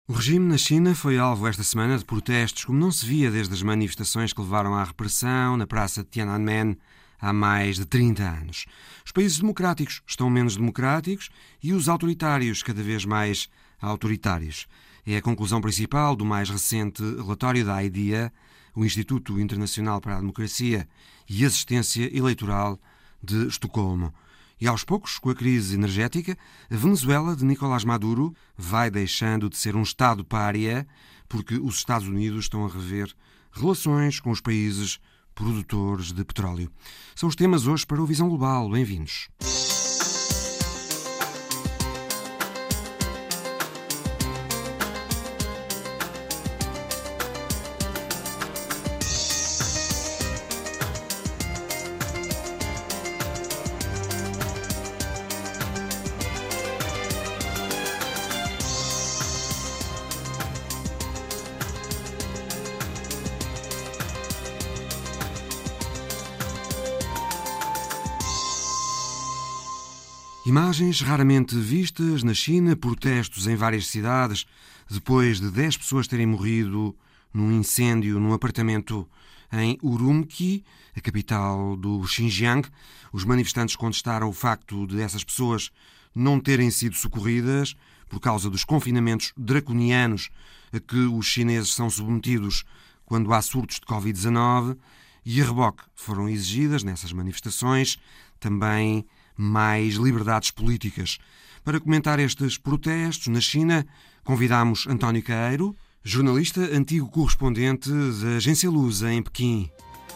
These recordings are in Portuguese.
O regime na China foi alvo esta semana de protestos como não se via desde as manifestações que levaram à repressão na praça de Tiananmen há mais de 30 anos. Os países democráticos estão menos democráticos e os autoritários cada vez mais autoritários. É a conclusão principal do mais recente relatório da IDEA, o Instituto Internacional para a Democracia e Assistência Eleitoral de Estocolmo. E aos poucos, com a crise energética, a Venezuela de Nicolás Maduro vai deixando de ser um Estado pária porque os Estados Unidos estão a rever relações com os países produtores de petróleo. São os temas hoje para o Visão Global. Bem-vindos. Imagens raramente vistas na China, protestos em várias cidades, depois de 10 pessoas terem morrido num incêndio num apartamento em Urumqi, a capital do Xinjiang. Os manifestantes contestaram o facto de essas pessoas não terem sido socorridas por causa dos confinamentos draconianos a que os chineses são submetidos quando há surtos de Covid-19 e a reboque foram exigidas nessas manifestações também mais liberdades políticas. Para comentar estes protestos na China, convidamos António Caeiro, jornalista, antigo correspondente da Agência Lusa em Pequim.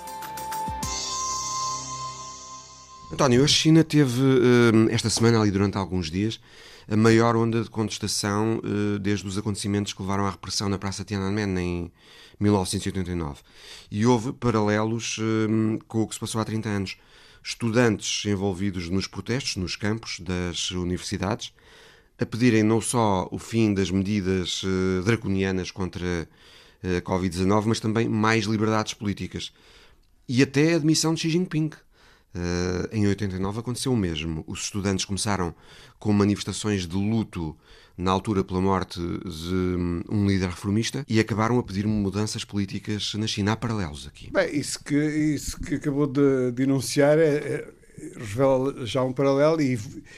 António, a China teve esta semana, ali durante alguns dias, a maior onda de contestação desde os acontecimentos que levaram à repressão na Praça Tiananmen em 1989. E houve paralelos com o que se passou há 30 anos. Estudantes envolvidos nos protestos, nos campos das universidades, a pedirem não só o fim das medidas draconianas contra a Covid-19, mas também mais liberdades políticas. E até a admissão de Xi Jinping. Em 89 aconteceu o mesmo. Os estudantes começaram com manifestações de luto na altura pela morte de um líder reformista e acabaram a pedir mudanças políticas na China. Há paralelos aqui. Bem, isso que acabou de enunciar revela já um paralelo e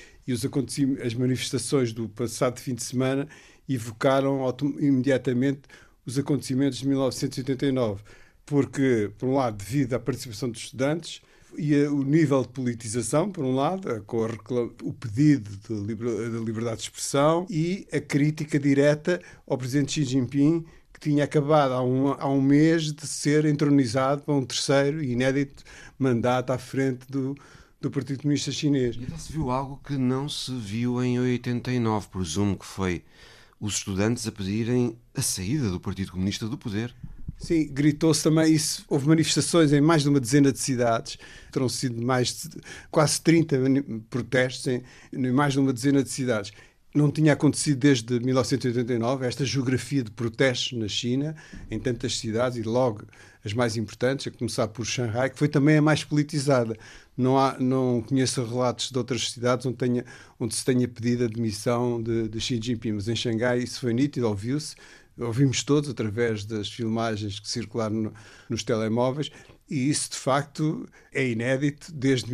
as manifestações do passado fim de semana evocaram imediatamente os acontecimentos de 1989, porque, por um lado, devido à participação dos estudantes, e o nível de politização, por um lado, o pedido de liberdade de expressão e a crítica direta ao presidente Xi Jinping, que tinha acabado há um mês de ser entronizado para um terceiro e inédito mandato à frente do Partido Comunista Chinês. E então se viu algo que não se viu em 89, presumo que foi os estudantes a pedirem a saída do Partido Comunista do poder. Sim, gritou-se também isso. Houve manifestações em mais de uma dezena de cidades. Terão sido quase 30 protestos em mais de uma dezena de cidades. Não tinha acontecido desde 1989 esta geografia de protestos na China, em tantas cidades, e logo as mais importantes, a começar por Xangai, que foi também a mais politizada. Não conheço relatos de outras cidades onde se tenha pedido a demissão de Xi Jinping, mas em Xangai isso foi nítido, ouviu-se. Ouvimos todos através das filmagens que circularam nos telemóveis e isso de facto é inédito desde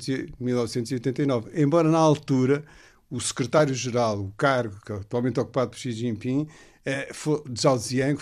1989. Embora na altura o secretário-geral, o cargo que é atualmente ocupado por Xi Jinping, Zhao Ziyang,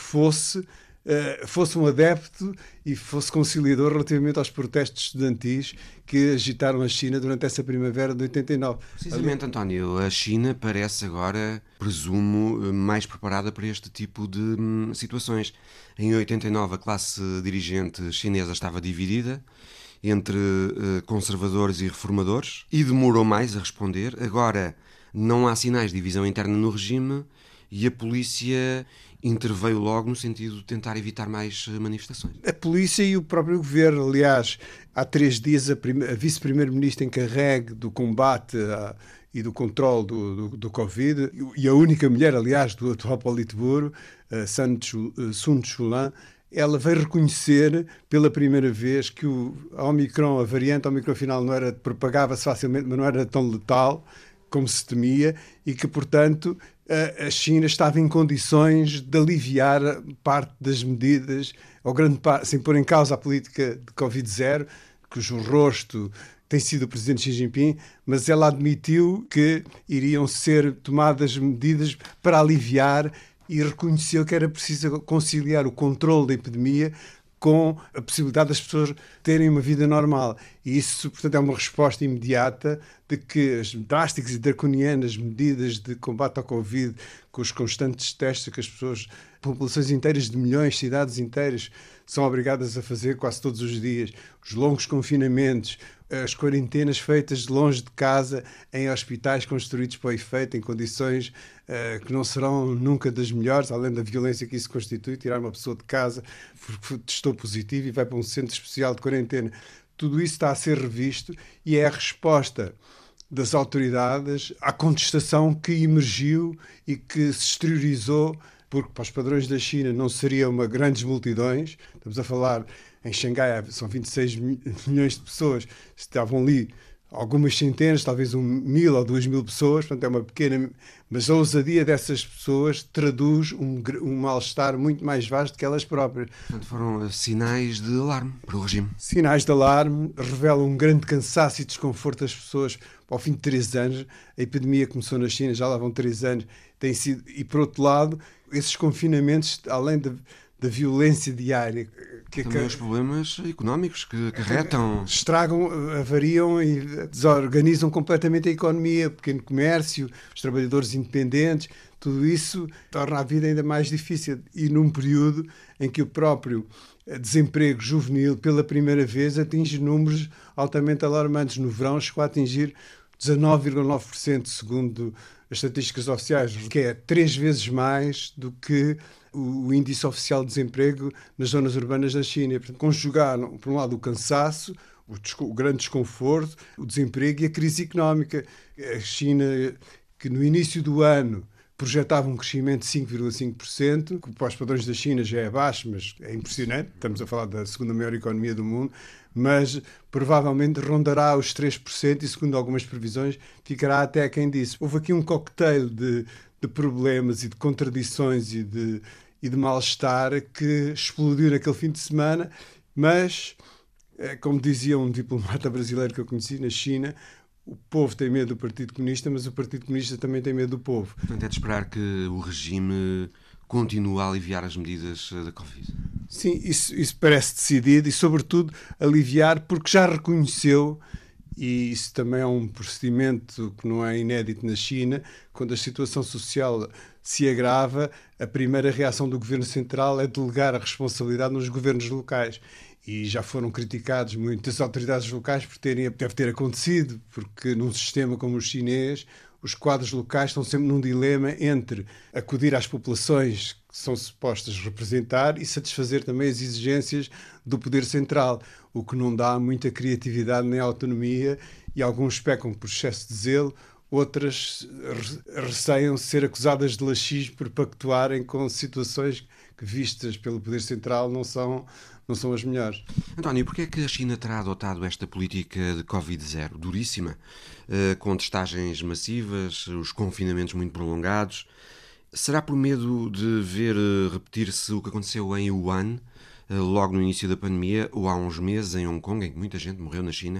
fosse um adepto e fosse conciliador relativamente aos protestos estudantis que agitaram a China durante essa primavera de 89. Precisamente, António, a China parece agora, presumo, mais preparada para este tipo de situações. Em 89 a classe dirigente chinesa estava dividida entre conservadores e reformadores e demorou mais a responder. Agora não há sinais de divisão interna no regime e a polícia interveio logo no sentido de tentar evitar mais manifestações. A polícia e o próprio governo, aliás, há 3 dias a vice-primeira-ministra encarregue do combate e do controle do Covid, e a única mulher, aliás, do atual Politburo, Sun Chulan, ela veio reconhecer pela primeira vez que a variante Omicron final propagava-se facilmente, mas não era tão letal como se temia, e que, portanto, a China estava em condições de aliviar parte das medidas, ou grande parte, sem pôr em causa a política de Covid-0, cujo rosto tem sido o presidente Xi Jinping, mas ela admitiu que iriam ser tomadas medidas para aliviar e reconheceu que era preciso conciliar o controle da epidemia com a possibilidade das pessoas terem uma vida normal. E isso, portanto, é uma resposta imediata de que as drásticas e draconianas medidas de combate ao Covid, com os constantes testes que as pessoas, populações inteiras de milhões, cidades inteiras, são obrigadas a fazer quase todos os dias, os longos confinamentos, as quarentenas feitas de longe de casa, em hospitais construídos para o efeito, em condições que não serão nunca das melhores, além da violência que isso constitui, tirar uma pessoa de casa porque testou positivo e vai para um centro especial de quarentena. Tudo isso está a ser revisto e é a resposta das autoridades à contestação que emergiu e que se exteriorizou, porque para os padrões da China não seriam grandes multidões. Estamos a falar, em Xangai são 26 milhões de pessoas, estavam ali algumas centenas, talvez 1.000 ou 2.000 pessoas, portanto é uma pequena... Mas a ousadia dessas pessoas traduz um mal-estar muito mais vasto que elas próprias. Portanto, foram sinais de alarme para o regime. Sinais de alarme, revelam um grande cansaço e desconforto das pessoas. Ao fim de 3 anos, a epidemia começou na China, já lá vão 3 anos, tem sido... E por outro lado, esses confinamentos, além da violência diária... Também os problemas económicos que acarretam. Estragam, avariam e desorganizam completamente a economia, o pequeno comércio, os trabalhadores independentes, tudo isso torna a vida ainda mais difícil. E num período em que o próprio desemprego juvenil, pela primeira vez, atinge números altamente alarmantes. No verão chegou a atingir 19,9%, segundo as estatísticas oficiais, que é 3 vezes mais do que o índice oficial de desemprego nas zonas urbanas da China. Portanto, conjugaram, por um lado, o cansaço, o grande desconforto, o desemprego e a crise económica. A China, que no início do ano projetava um crescimento de 5,5%, que para os padrões da China já é baixo, mas é impressionante. Estamos a falar da segunda maior economia do mundo, mas provavelmente rondará os 3% e, segundo algumas previsões, ficará até quem disse. Houve aqui um cocktail de problemas e de contradições e de mal-estar que explodiu naquele fim de semana, mas, como dizia um diplomata brasileiro que eu conheci na China, o povo tem medo do Partido Comunista, mas o Partido Comunista também tem medo do povo. Portanto, é de esperar que o regime continue a aliviar as medidas da Covid. Sim, isso parece decidido e, sobretudo, aliviar porque já reconheceu, e isso também é um procedimento que não é inédito na China, quando a situação social se agrava, a primeira reação do Governo Central é delegar a responsabilidade nos governos locais. E já foram criticados muitas autoridades locais por deve ter acontecido, porque num sistema como o chinês, os quadros locais estão sempre num dilema entre acudir às populações que são supostas representar e satisfazer também as exigências do poder central, o que não dá muita criatividade nem autonomia, e alguns pecam por excesso de zelo, outras receiam ser acusadas de laxismo por pactuarem com situações que, vistas pelo poder central, não são as melhores. António, porquê é que a China terá adotado esta política de Covid-0 duríssima, com testagens massivas, os confinamentos muito prolongados? Será por medo de ver repetir-se o que aconteceu em Wuhan, logo no início da pandemia, ou há uns meses em Hong Kong, em que muita gente morreu na China?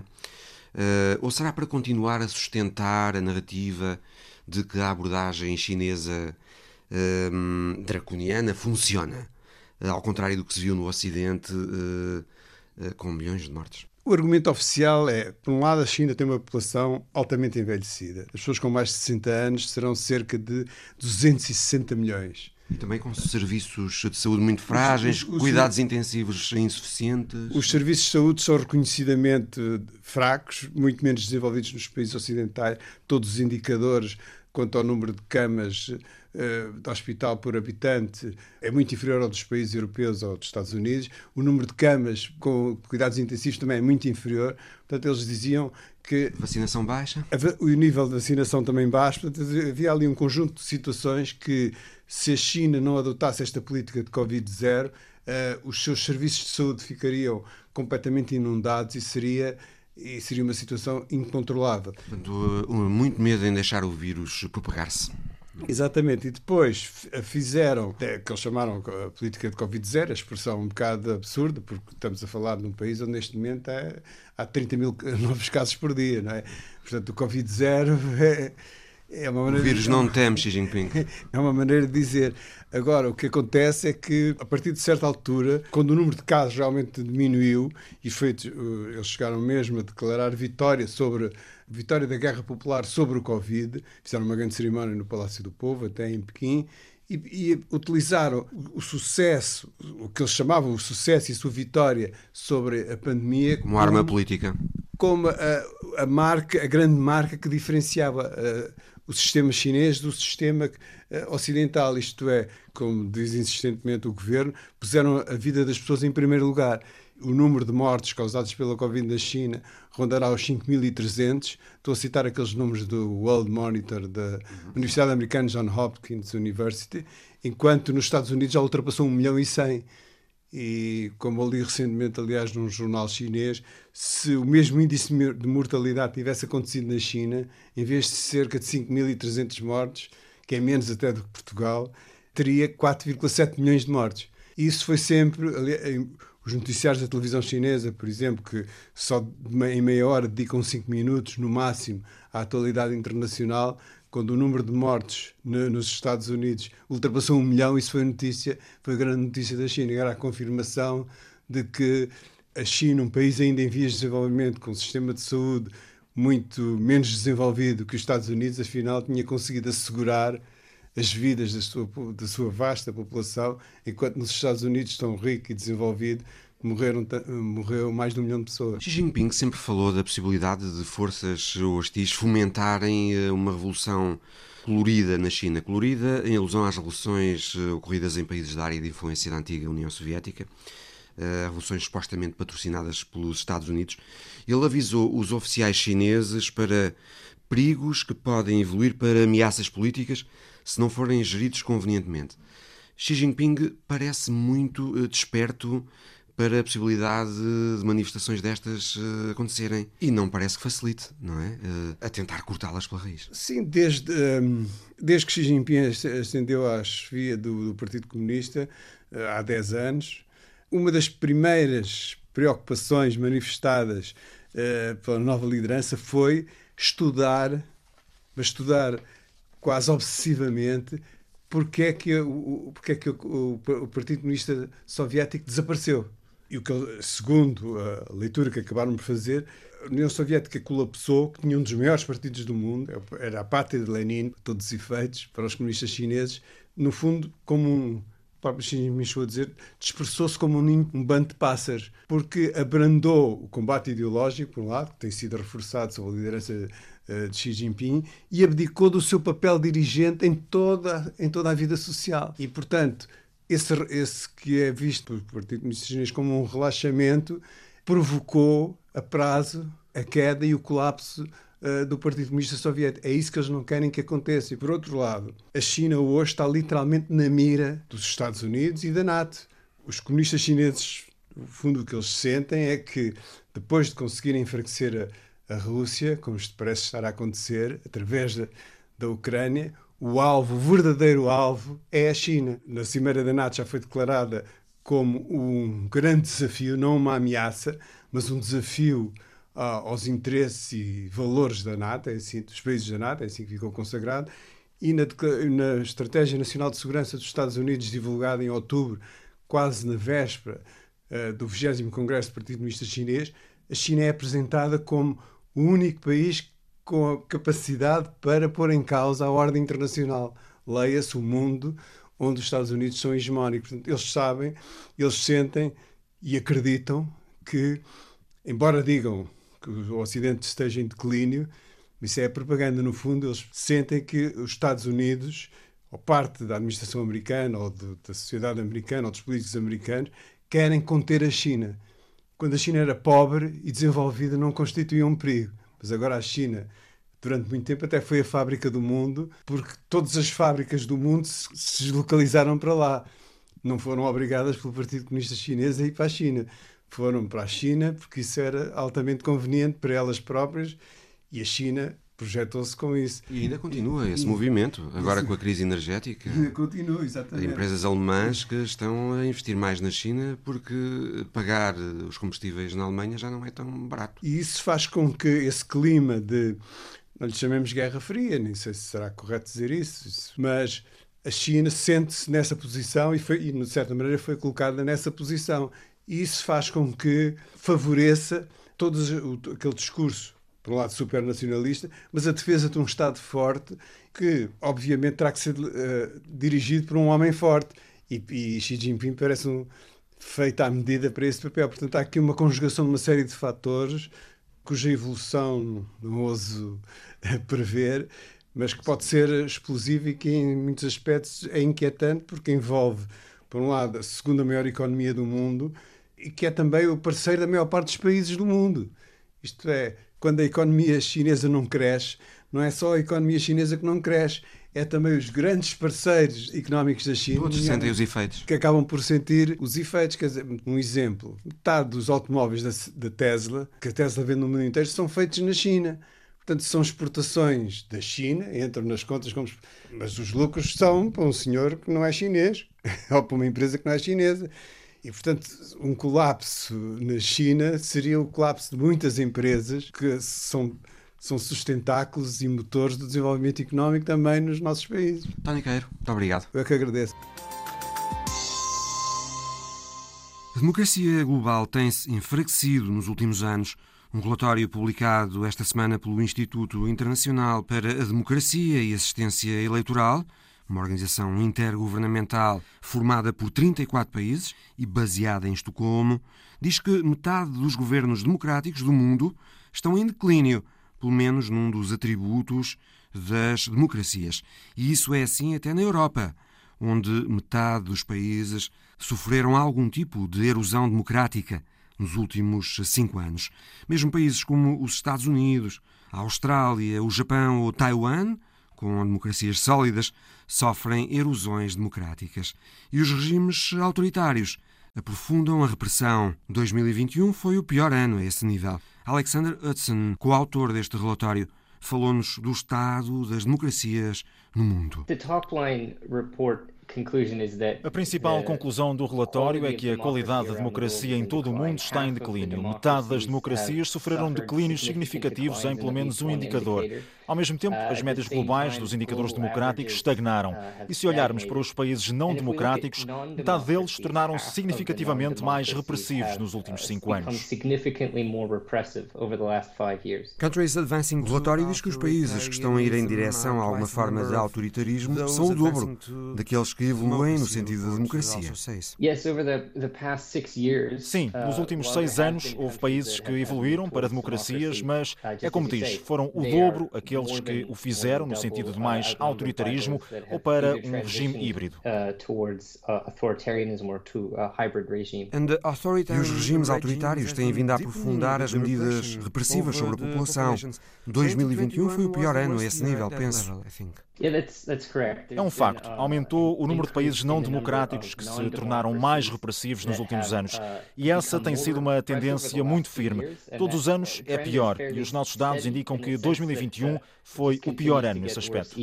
Ou será para continuar a sustentar a narrativa de que a abordagem chinesa draconiana funciona, ao contrário do que se viu no Ocidente, com milhões de mortes? O argumento oficial é, por um lado, a China tem uma população altamente envelhecida. As pessoas com mais de 60 anos serão cerca de 260 milhões. E também com serviços de saúde muito frágeis, cuidados intensivos insuficientes. Os serviços de saúde são reconhecidamente fracos, muito menos desenvolvidos nos países ocidentais. Todos os indicadores quanto ao número de camas de hospital por habitante é muito inferior ao dos países europeus ou dos Estados Unidos. O número de camas com cuidados intensivos também é muito inferior. Portanto, eles diziam que... Vacinação baixa? O nível de vacinação também baixo. Portanto, havia ali um conjunto de situações que, se a China não adotasse esta política de Covid-0, os seus serviços de saúde ficariam completamente inundados e seria uma situação incontrolável. Portanto, muito medo em deixar o vírus propagar-se. Exatamente, e depois fizeram, que eles chamaram a política de Covid-0, a expressão um bocado absurda, porque estamos a falar de um país onde neste momento há 30 mil novos casos por dia, não é? Portanto, o Covid-0 é uma O maneira vírus não teme, Xi Jinping. é uma maneira de dizer. Agora, o que acontece é que, a partir de certa altura, quando o número de casos realmente diminuiu, e eles chegaram mesmo a declarar vitória da guerra popular sobre o Covid, fizeram uma grande cerimónia no Palácio do Povo, até em Pequim, e utilizaram o sucesso, o que eles chamavam o sucesso e a sua vitória sobre a pandemia Como arma política. como a grande marca que diferenciava o sistema chinês do sistema ocidental. Isto é, como diz insistentemente o governo, puseram a vida das pessoas em primeiro lugar. O número de mortes causados pela Covid na China rondará os 5.300. Estou a citar aqueles números do World Monitor da Universidade Americana Johns Hopkins University, enquanto nos Estados Unidos já ultrapassou 1.100.000. E, como eu li recentemente, aliás, num jornal chinês, se o mesmo índice de mortalidade tivesse acontecido na China, em vez de cerca de 5.300 mortes, que é menos até do que Portugal, teria 4,7 milhões de mortes. E isso foi sempre... Os noticiários da televisão chinesa, por exemplo, que só em meia hora dedicam 5 minutos, no máximo, à atualidade internacional, quando o número de mortes nos Estados Unidos ultrapassou 1 milhão, isso foi a grande notícia da China. Era a confirmação de que a China, um país ainda em vias de desenvolvimento, com um sistema de saúde muito menos desenvolvido que os Estados Unidos, afinal tinha conseguido assegurar as vidas da sua vasta população, enquanto nos Estados Unidos, tão rico e desenvolvido, morreu mais de 1 milhão de pessoas. Xi Jinping sempre falou da possibilidade de forças hostis fomentarem uma revolução colorida na China. Colorida em alusão às revoluções ocorridas em países da área de influência da antiga União Soviética, revoluções supostamente patrocinadas pelos Estados Unidos. Ele avisou os oficiais chineses para perigos que podem evoluir para ameaças políticas se não forem geridos convenientemente. Xi Jinping parece muito desperto para a possibilidade de manifestações destas acontecerem e não parece que facilite, não é? A tentar cortá-las pela raiz. Sim, desde que Xi Jinping ascendeu à chefia do Partido Comunista, há 10 anos, uma das primeiras preocupações manifestadas pela nova liderança foi estudar quase obsessivamente porque é que o Partido Comunista Soviético desapareceu. E segundo a leitura que acabaram por fazer, a União Soviética colapsou, que tinha um dos maiores partidos do mundo, era a pátria de Lenin, para todos os efeitos, para os comunistas chineses, no fundo, como o próprio Xi Jinping chegou a dizer, dispersou-se como um bando de pássaros, porque abrandou o combate ideológico, por um lado, que tem sido reforçado sob a liderança de Xi Jinping, e abdicou do seu papel dirigente em toda a vida social. E, portanto, esse que é visto pelo Partido Comunista Chinês como um relaxamento provocou a prazo a queda e o colapso do Partido Comunista Soviético. É isso que eles não querem que aconteça. E, por outro lado, a China hoje está literalmente na mira dos Estados Unidos e da NATO. Os comunistas chineses, no fundo, o que eles sentem é que, depois de conseguirem enfraquecer a Rússia, como isto parece estar a acontecer, através da Ucrânia, o verdadeiro alvo é a China. Na Cimeira da NATO já foi declarada como um grande desafio, não uma ameaça, mas um desafio aos interesses e valores da NATO, é assim, dos países da NATO, é assim que ficou consagrado, e na Estratégia Nacional de Segurança dos Estados Unidos, divulgada em outubro, quase na véspera do 20º Congresso do Partido Comunista Chinês, a China é apresentada como o único país com a capacidade para pôr em causa a ordem internacional. Leia-se o mundo onde os Estados Unidos são hegemónicos. Portanto, eles sabem, eles sentem e acreditam que, embora digam que o Ocidente esteja em declínio, isso é propaganda, no fundo, eles sentem que os Estados Unidos, ou parte da administração americana, ou da sociedade americana, ou dos políticos americanos, querem conter a China. Quando a China era pobre e desenvolvida, não constituía um perigo. Mas agora a China, durante muito tempo, até foi a fábrica do mundo, porque todas as fábricas do mundo se deslocalizaram para lá. Não foram obrigadas pelo Partido Comunista Chinês a ir para a China. Foram para a China porque isso era altamente conveniente para elas próprias, e a China projetou-se com isso. E ainda continua esse movimento, agora com a crise energética. Continua, exatamente. Empresas alemãs que estão a investir mais na China porque pagar os combustíveis na Alemanha já não é tão barato. E isso faz com que esse clima de, não lhe chamemos Guerra Fria, nem sei se será correto dizer isso, mas a China sente-se nessa posição e, de certa maneira, foi colocada nessa posição. E isso faz com que favoreça todo aquele discurso, por um lado supernacionalista, mas a defesa de um Estado forte que, obviamente, terá que ser dirigido por um homem forte. E Xi Jinping parece feito à medida para esse papel. Portanto, há aqui uma conjugação de uma série de fatores cuja evolução não ouso prever, mas que pode ser explosiva e que, em muitos aspectos, é inquietante porque envolve, por um lado, a segunda maior economia do mundo e que é também o parceiro da maior parte dos países do mundo. Isto é, quando a economia chinesa não cresce, não é só a economia chinesa que não cresce, é também os grandes parceiros económicos da China. Todos sentem os efeitos. Que acabam por sentir os efeitos. Quer dizer, um exemplo, metade dos automóveis da Tesla, que a Tesla vende no mundo inteiro, são feitos na China. Portanto, são exportações da China, entram nas contas, mas os lucros são para um senhor que não é chinês, ou para uma empresa que não é chinesa. E, portanto, um colapso na China seria o colapso de muitas empresas que são sustentáculos e motores do desenvolvimento económico também nos nossos países. Tony Queiro, muito obrigado. Eu é que agradeço. A democracia global tem-se enfraquecido nos últimos anos. Um relatório publicado esta semana pelo Instituto Internacional para a Democracia e Assistência Eleitoral, uma organização intergovernamental formada por 34 países e baseada em Estocolmo, diz que metade dos governos democráticos do mundo estão em declínio, pelo menos num dos atributos das democracias. E isso é assim até na Europa, onde metade dos países sofreram algum tipo de erosão democrática nos últimos 5 anos. Mesmo países como os Estados Unidos, a Austrália, o Japão ou Taiwan, com democracias sólidas, sofrem erosões democráticas. E os regimes autoritários aprofundam a repressão. 2021 foi o pior ano a esse nível. Alexander Hudson, coautor deste relatório, falou-nos do estado das democracias no mundo. A principal conclusão do relatório é que a qualidade da democracia em todo o mundo está em declínio. Metade das democracias sofreram declínios significativos em pelo menos um indicador. Ao mesmo tempo, as médias globais dos indicadores democráticos estagnaram. E se olharmos para os países não democráticos, metade deles tornaram-se significativamente mais repressivos nos últimos 5 anos. O relatório diz que os países que estão a ir em direção a alguma forma de autoritarismo são o dobro daqueles que evoluem no sentido da democracia. Sim, nos últimos 6 anos houve países que evoluíram para democracias, mas é como diz, foram o dobro aqueles que o fizeram no sentido de mais autoritarismo ou para um regime híbrido. E os regimes autoritários têm vindo a aprofundar as medidas repressivas sobre a população. 2021 foi o pior ano a esse nível, penso. É um facto. Aumentou o número de países não democráticos que se tornaram mais repressivos nos últimos anos. E essa tem sido uma tendência muito firme. Todos os anos é pior. E os nossos dados indicam que 2021 foi o pior ano nesse aspecto.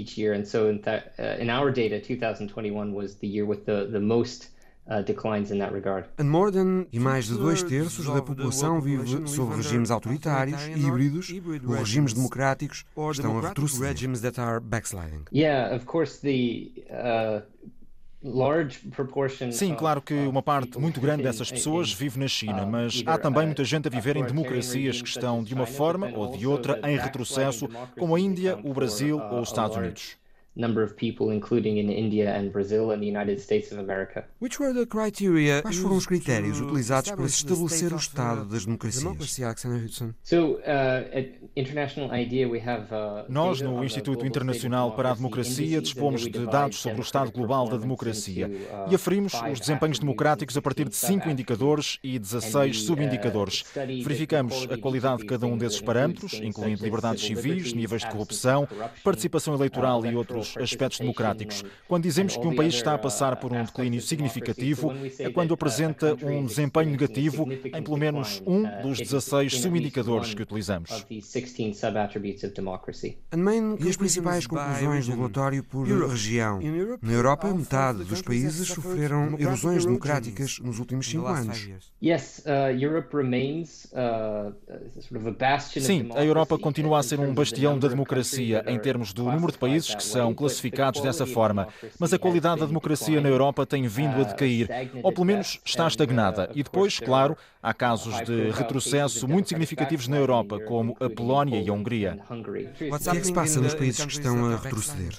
E mais de 2/3 da população vive sob regimes autoritários, híbridos. Os regimes democráticos estão a retroceder. Sim, claro que uma parte muito grande dessas pessoas vive na China, mas há também muita gente a viver em democracias que estão, de uma forma ou de outra, em retrocesso, como a Índia, o Brasil ou os Estados Unidos. Number of people, including in India and Brazil and the United States of America. Quais foram os critérios utilizados para se estabelecer o estado das democracias? Nós, no Instituto Internacional para a Democracia, dispomos de dados sobre o estado global da democracia e aferimos os desempenhos democráticos a partir de 5 indicadores e 16 subindicadores. Verificamos a qualidade de cada um desses parâmetros, incluindo liberdades civis, níveis de corrupção, participação eleitoral e outros outros aspectos democráticos. Quando dizemos que um país está a passar por um declínio significativo, é quando apresenta um desempenho negativo em pelo menos um dos 16 subindicadores que utilizamos. E as principais conclusões do relatório por região? Na Europa, metade dos países sofreram erosões democráticas nos últimos 5 anos. Sim, a Europa continua a ser um bastião da democracia em termos do número de países que são classificados dessa forma, mas a qualidade da democracia na Europa tem vindo a decair, ou pelo menos está estagnada. E depois, claro, há casos de retrocesso muito significativos na Europa, como a Polónia e a Hungria. O que é que se passa nos países que estão a retroceder?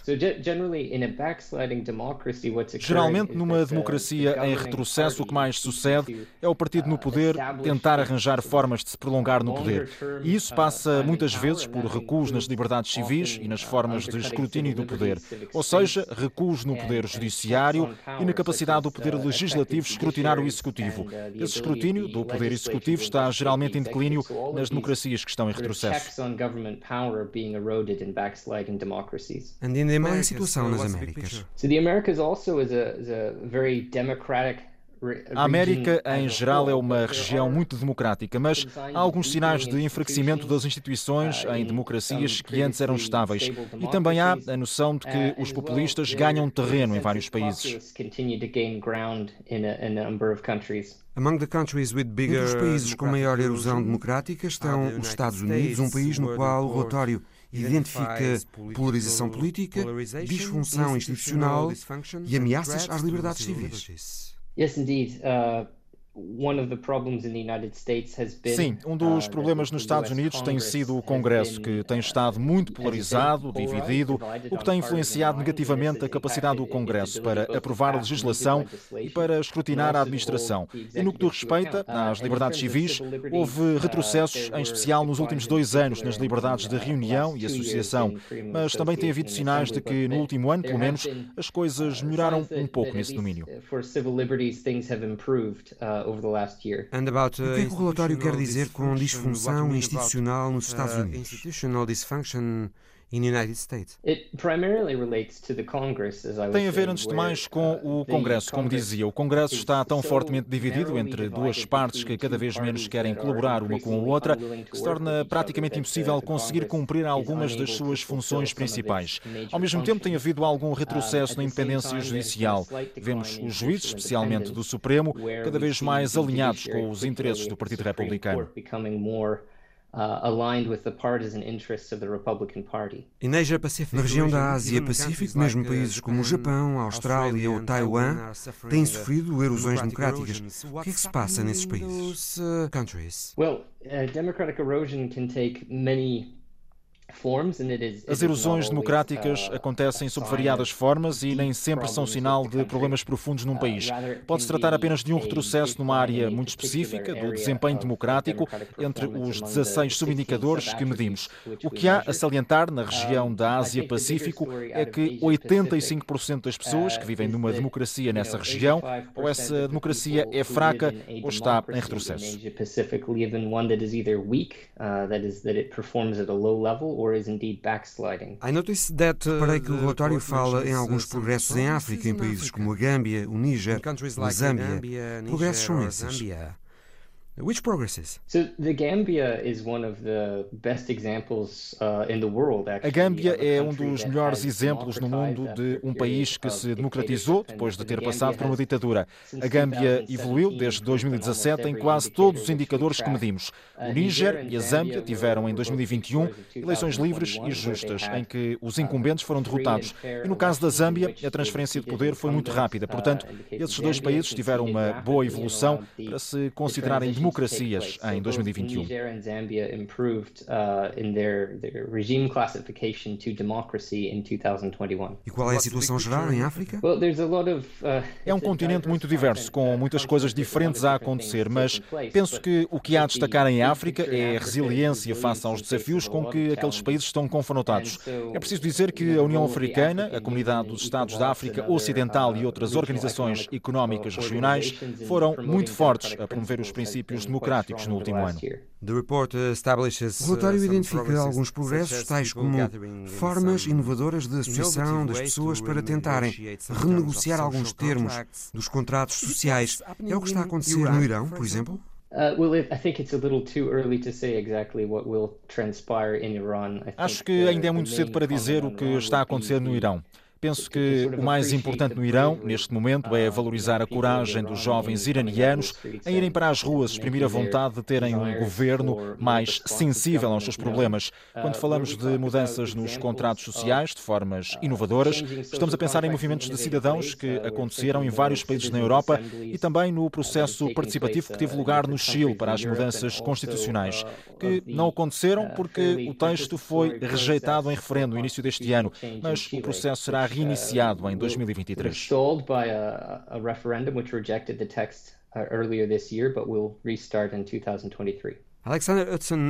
Geralmente, numa democracia em retrocesso, o que mais sucede é o partido no poder tentar arranjar formas de se prolongar no poder. E isso passa muitas vezes por recuos nas liberdades civis e nas formas de escrutínio do poder. Ou seja, recuos no poder judiciário e na capacidade do poder legislativo escrutinar o executivo. Esse escrutínio do poder executivo está geralmente em declínio nas democracias que estão em retrocesso. Qual é a situação nas Américas? A América, em geral, é uma região muito democrática, mas há alguns sinais de enfraquecimento das instituições em democracias que antes eram estáveis. E também há a noção de que os populistas ganham terreno em vários países. Entre os países com maior erosão democrática estão os Estados Unidos, um país no qual o relatório identifica polarização política, disfunção institucional e ameaças às liberdades civis. Yes, indeed. Sim, um dos problemas nos Estados Unidos tem sido o Congresso, que tem estado muito polarizado, dividido, o que tem influenciado negativamente a capacidade do Congresso para aprovar legislação e para escrutinar a administração. E no que diz respeito às liberdades civis, houve retrocessos, em especial nos últimos 2 anos, nas liberdades de reunião e associação. Mas também tem havido sinais de que, no último ano, pelo menos, as coisas melhoraram um pouco nesse domínio. O que é que o relatório quer dizer com disfunção institucional nos Estados Unidos? Tem a ver, antes de mais, com o Congresso. Como dizia, o Congresso está tão fortemente dividido entre duas partes que cada vez menos querem colaborar uma com a outra, que se torna praticamente impossível conseguir cumprir algumas das suas funções principais. Ao mesmo tempo, tem havido algum retrocesso na independência judicial. Vemos os juízes, especialmente do Supremo, cada vez mais alinhados com os interesses do Partido Republicano. Na região da Ásia-Pacífico, mesmo países como o Japão, a Austrália ou Taiwan têm sofrido erosões democráticas. O que é que se passa nesses países? Democratic erosion can take many As erosões democráticas acontecem sob variadas formas e nem sempre são sinal de problemas profundos num país. Pode-se tratar apenas de um retrocesso numa área muito específica do desempenho democrático entre os 16 subindicadores que medimos. O que há a salientar na região da Ásia-Pacífico é que 85% das pessoas que vivem numa democracia nessa região, ou essa democracia é fraca ou está em retrocesso. Reparei que o relatório fala em alguns progressos em África, em países como a Gâmbia, o Níger, a Zâmbia. Progressos são esses? Which progresses? A Gâmbia é um dos melhores exemplos no mundo de um país que se democratizou depois de ter passado por uma ditadura. A Gâmbia evoluiu desde 2017 em quase todos os indicadores que medimos. O Níger e a Zâmbia tiveram em 2021 eleições livres e justas, em que os incumbentes foram derrotados. E no caso da Zâmbia, a transferência de poder foi muito rápida. Portanto, esses dois países tiveram uma boa evolução para se considerarem democracias em 2021. E qual é a situação geral em África? É um continente muito diverso, com muitas coisas diferentes a acontecer, mas penso que o que há a destacar em África é a resiliência face aos desafios com que aqueles países estão confrontados. É preciso dizer que a União Africana, a Comunidade dos Estados da África Ocidental e outras organizações económicas regionais foram muito fortes a promover os princípios que os democráticos no último ano. O relatório identifica alguns progressos, tais como formas inovadoras de associação das pessoas para tentarem renegociar alguns termos dos contratos sociais. É o que está a acontecer no Irão, por exemplo? I think it's a little too early to say exactly what will transpire in Iran. Acho que ainda é muito cedo para dizer o que está a acontecer no Irão. Penso que o mais importante no Irão, neste momento, é valorizar a coragem dos jovens iranianos em irem para as ruas exprimir a vontade de terem um governo mais sensível aos seus problemas. Quando falamos de mudanças nos contratos sociais, de formas inovadoras, estamos a pensar em movimentos de cidadãos que aconteceram em vários países na Europa e também no processo participativo que teve lugar no Chile para as mudanças constitucionais, que não aconteceram porque o texto foi rejeitado em referendo no início deste ano, mas o processo será reiniciado em 2023. Stalled by a referendum which rejected the text earlier this year, but will restart in 2023. Alexander Hudson,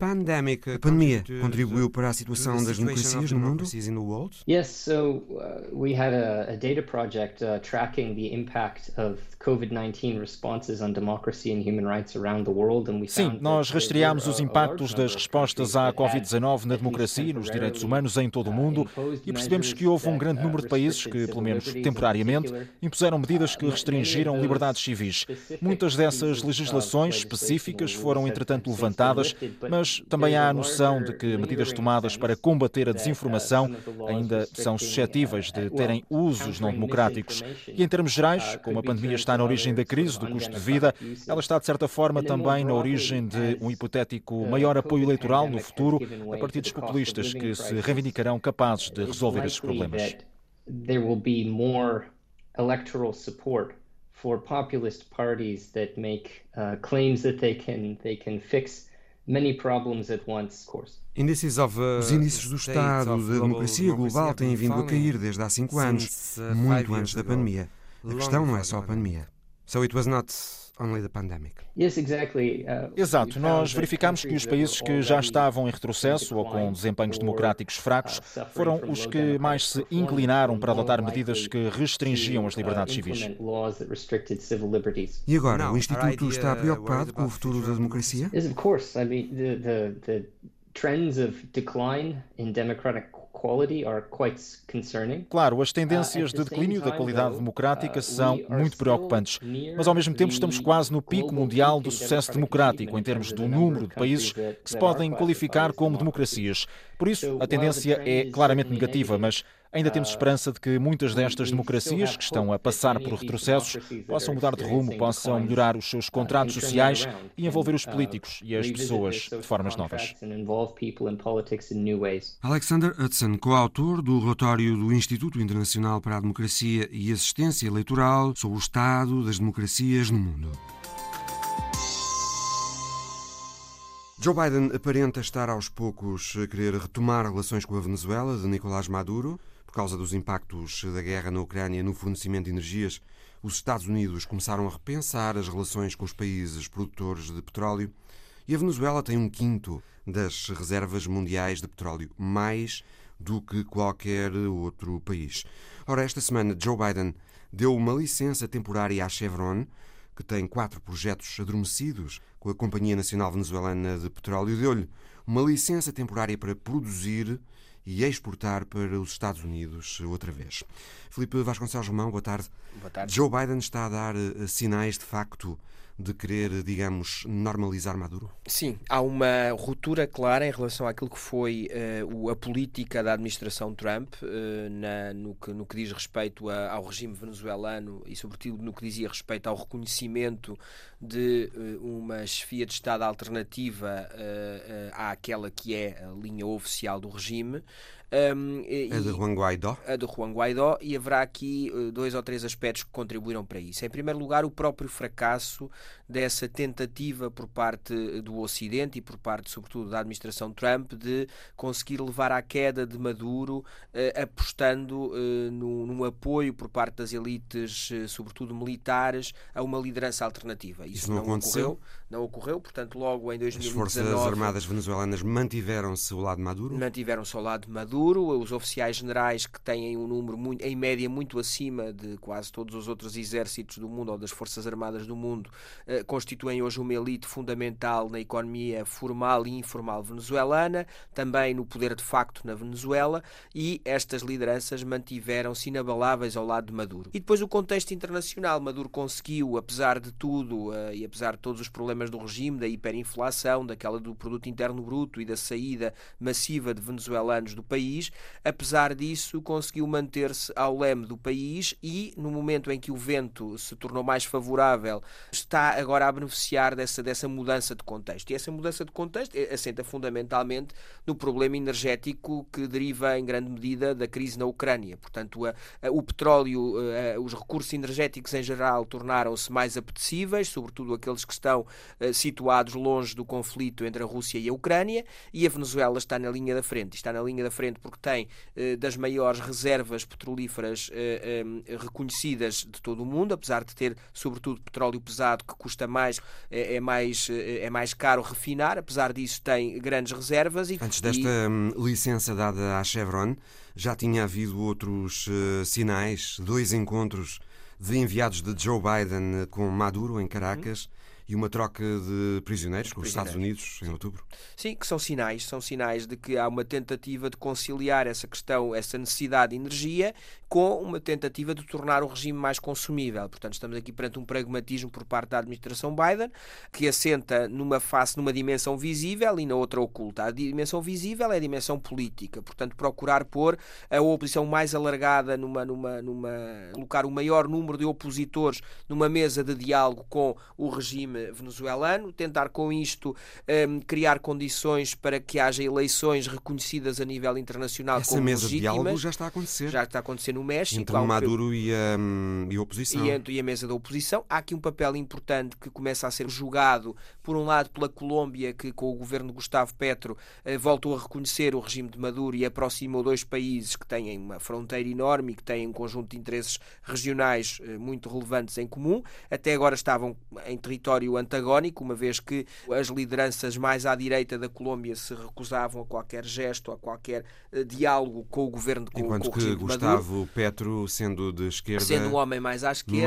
a pandemia contribuiu para a situação das democracias no mundo? Yes, so we had a data project tracking the impact of COVID-19 responses on democracy and human rights around the world, and we Sim, nós rastreámos os impactos das respostas à Covid-19 na democracia e nos direitos humanos em todo o mundo e percebemos que houve um grande número de países que, pelo menos temporariamente, impuseram medidas que restringiram liberdades civis. Muitas dessas legislações específicas foram, entretanto, levantadas, mas também há a noção de que medidas tomadas para combater a desinformação ainda são suscetíveis de terem usos não democráticos. E em termos gerais, como a pandemia está na origem da crise do custo de vida, ela está de certa forma também na origem de um hipotético maior apoio eleitoral no futuro a partidos populistas que se reivindicarão capazes de resolver esses problemas. There will be more electoral support for populist parties that make claims that they can fix many problems at once, of course. Os índices do Estado da democracia global têm vindo a cair desde há 5 anos, muito antes da pandemia. A questão não é só a pandemia. So it was not only the pandemic. Yes, exactly. Exato. Nós verificamos que os países que já estavam em retrocesso ou com desempenhos democráticos fracos foram os que mais se inclinaram para adotar medidas que restringiam as liberdades civis. E agora, o Instituto está preocupado com o futuro da democracia? Yes, of course. I mean, the trends of decline in democratic quality are quite concerning. Claro, as tendências de declínio da qualidade democrática são muito preocupantes, mas ao mesmo tempo estamos quase no pico mundial do sucesso democrático em termos do número de países que se podem qualificar como democracias. Por isso, a tendência é claramente negativa, mas ainda temos esperança de que muitas destas democracias que estão a passar por retrocessos possam mudar de rumo, possam melhorar os seus contratos sociais e envolver os políticos e as pessoas de formas novas. Alexander Hudson, coautor do relatório do Instituto Internacional para a Democracia e Assistência Eleitoral sobre o estado das democracias no mundo. Joe Biden aparenta estar aos poucos a querer retomar relações com a Venezuela de Nicolás Maduro. Por causa dos impactos da guerra na Ucrânia no fornecimento de energias, os Estados Unidos começaram a repensar as relações com os países produtores de petróleo e a Venezuela tem 1/5 das reservas mundiais de petróleo, mais do que qualquer outro país. Ora, esta semana Joe Biden deu uma licença temporária à Chevron, que tem 4 projetos adormecidos com a Companhia Nacional Venezuelana de Petróleo, deu-lhe uma licença temporária para produzir e exportar para os Estados Unidos outra vez. Filipe Vasconcelos Romão, boa tarde. Boa tarde. Joe Biden está a dar sinais, de facto, de querer, digamos, normalizar Maduro? Sim, há uma ruptura clara em relação àquilo que foi a política da administração Trump no que diz respeito ao regime venezuelano e, sobretudo, no que dizia respeito ao reconhecimento de uma chefia de Estado alternativa àquela que é a linha oficial do regime. A de Juan Guaidó? A de Juan Guaidó, e haverá aqui 2 ou 3 aspectos que contribuíram para isso. Em primeiro lugar, o próprio fracasso dessa tentativa por parte do Ocidente e por parte, sobretudo, da administração Trump de conseguir levar à queda de Maduro, apostando num apoio por parte das elites, sobretudo militares, a uma liderança alternativa. Isso não aconteceu? Não ocorreu, portanto, logo em 2019... As Forças Armadas venezuelanas mantiveram-se ao lado de Maduro? Mantiveram-se ao lado de Maduro. Maduro, os oficiais generais que têm um número em média muito acima de quase todos os outros exércitos do mundo ou das forças armadas do mundo, constituem hoje uma elite fundamental na economia formal e informal venezuelana, também no poder de facto na Venezuela, e estas lideranças mantiveram-se inabaláveis ao lado de Maduro. E depois o contexto internacional. Maduro conseguiu, apesar de tudo e apesar de todos os problemas do regime, da hiperinflação, daquela do produto interno bruto e da saída massiva de venezuelanos do país, apesar disso conseguiu manter-se ao leme do país e, no momento em que o vento se tornou mais favorável, está agora a beneficiar dessa mudança de contexto. E essa mudança de contexto assenta fundamentalmente no problema energético que deriva em grande medida da crise na Ucrânia. Portanto, o petróleo, os recursos energéticos em geral tornaram-se mais apetecíveis, sobretudo aqueles que estão situados longe do conflito entre a Rússia e a Ucrânia, e a Venezuela está na linha da frente. Está na linha da frente porque tem das maiores reservas petrolíferas reconhecidas de todo o mundo, apesar de ter, sobretudo, petróleo pesado que custa mais, é mais caro refinar. Apesar disso, tem grandes reservas. Antes desta licença dada à Chevron, já tinha havido outros sinais, 2 encontros de enviados de Joe Biden com Maduro em Caracas e uma troca de prisioneiros com os Estados Unidos em outubro. Sim, que são sinais de que há uma tentativa de conciliar essa questão, essa necessidade de energia, com uma tentativa de tornar o regime mais consumível. Portanto, estamos aqui perante um pragmatismo por parte da administração Biden, que assenta numa dimensão visível e na outra oculta. A dimensão visível é a dimensão política, portanto, procurar pôr a oposição mais alargada, colocar o maior número de opositores numa mesa de diálogo com o regime venezuelano, tentar com isto criar condições para que haja eleições reconhecidas a nível internacional como legítimas. Essa mesa de diálogo já está a acontecer. Já está a acontecer no México. Entre Maduro e a oposição. E a mesa da oposição. Há aqui um papel importante que começa a ser jogado, por um lado, pela Colômbia, que com o governo de Gustavo Petro voltou a reconhecer o regime de Maduro e aproximou 2 países que têm uma fronteira enorme e que têm um conjunto de interesses regionais muito relevantes em comum. Até agora estavam em território antagónico, uma vez que as lideranças mais à direita da Colômbia se recusavam a qualquer gesto, a qualquer diálogo com o governo de Maduro. Enquanto que Gustavo Petro, sendo de esquerda, sendo um homem mais à esquerda,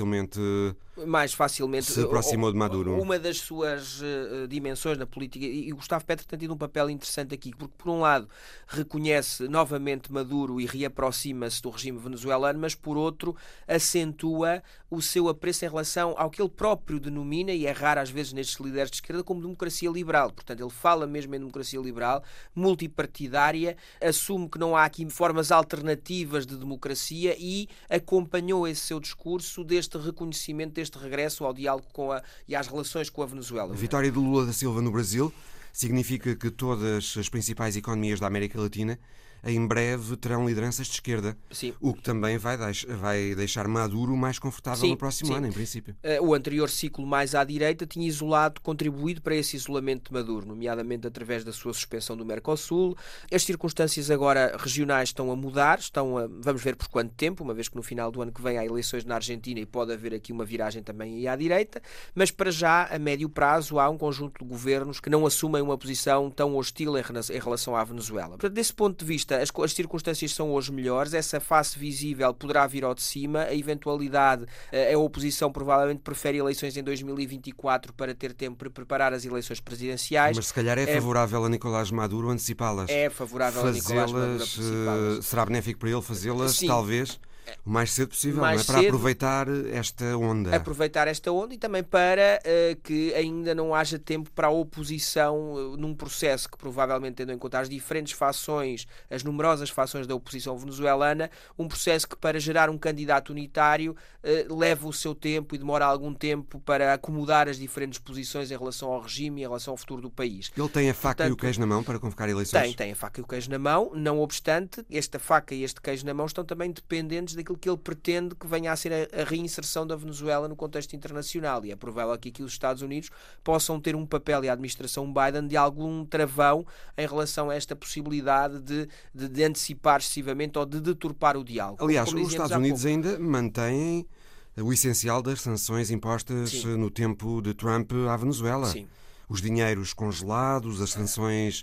mais facilmente se aproximou de Maduro. Uma das suas dimensões na política, e Gustavo Petro tem tido um papel interessante aqui, porque por um lado reconhece novamente Maduro e reaproxima-se do regime venezuelano, mas por outro acentua o seu apreço em relação ao que ele próprio denomina, e é raro às vezes nestes líderes de esquerda, como democracia liberal. Portanto, ele fala mesmo em democracia liberal, multipartidária, assume que não há aqui formas alternativas de democracia e acompanhou esse seu discurso deste reconhecimento, deste regresso ao diálogo e às relações com a Venezuela. A vitória de Lula da Silva no Brasil significa que todas as principais economias da América Latina em breve terão lideranças de esquerda. Sim. O que também vai deixar Maduro mais confortável no próximo ano, em princípio. O anterior ciclo mais à direita tinha contribuído para esse isolamento de Maduro, nomeadamente através da sua suspensão do Mercosul. As circunstâncias agora regionais estão a mudar, vamos ver por quanto tempo, uma vez que no final do ano que vem há eleições na Argentina e pode haver aqui uma viragem também aí à direita, mas para já, a médio prazo, há um conjunto de governos que não assumem uma posição tão hostil em relação à Venezuela. Portanto, desse ponto de vista, as circunstâncias são hoje melhores, essa face visível poderá vir ao de cima, a eventualidade, a oposição provavelmente prefere eleições em 2024 para ter tempo para preparar as eleições presidenciais. Mas se calhar é favorável a Nicolás Maduro antecipá-las. É favorável a Nicolás Maduro antecipá-las. Será benéfico para ele fazê-las, Sim. Talvez, o mais cedo possível, não é? Para aproveitar esta onda. Aproveitar esta onda e também para que ainda não haja tempo para a oposição num processo que provavelmente, tendo em conta as diferentes fações, as numerosas fações da oposição venezuelana, um processo que para gerar um candidato unitário leva o seu tempo e demora algum tempo para acomodar as diferentes posições em relação ao regime e em relação ao futuro do país. Ele tem a faca e o queijo na mão para convocar eleições? Tem a faca e o queijo na mão, não obstante, esta faca e este queijo na mão estão também dependentes daquilo que ele pretende que venha a ser a reinserção da Venezuela no contexto internacional, e é provável que aqui os Estados Unidos possam ter um papel, e a administração Biden, de algum travão em relação a esta possibilidade de antecipar excessivamente ou de deturpar o diálogo. Aliás, os Estados Unidos ainda mantêm o essencial das sanções impostas no tempo de Trump à Venezuela. Sim. Os dinheiros congelados, as sanções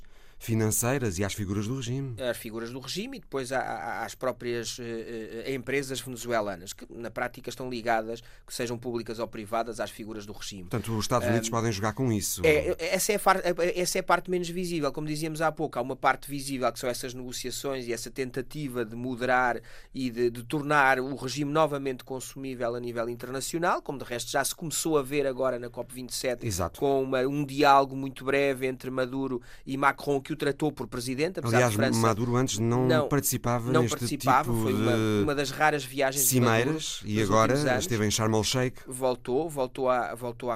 financeiras e às figuras do regime. Às figuras do regime e depois às próprias empresas venezuelanas, que na prática estão ligadas, que sejam públicas ou privadas, às figuras do regime. Portanto, os Estados Unidos podem jogar com isso. Essa é a parte menos visível. Como dizíamos há pouco, há uma parte visível que são essas negociações e essa tentativa de moderar e de tornar o regime novamente consumível a nível internacional, como de resto já se começou a ver agora na COP27. Exato. Com um diálogo muito breve entre Maduro e Macron, que o tratou por presidente, apesar Aliás, de França... Maduro antes não participava neste tipo foi de uma das raras viagens cimeiras de Maduro, e agora esteve em Sharm el-Sheikh. Voltou à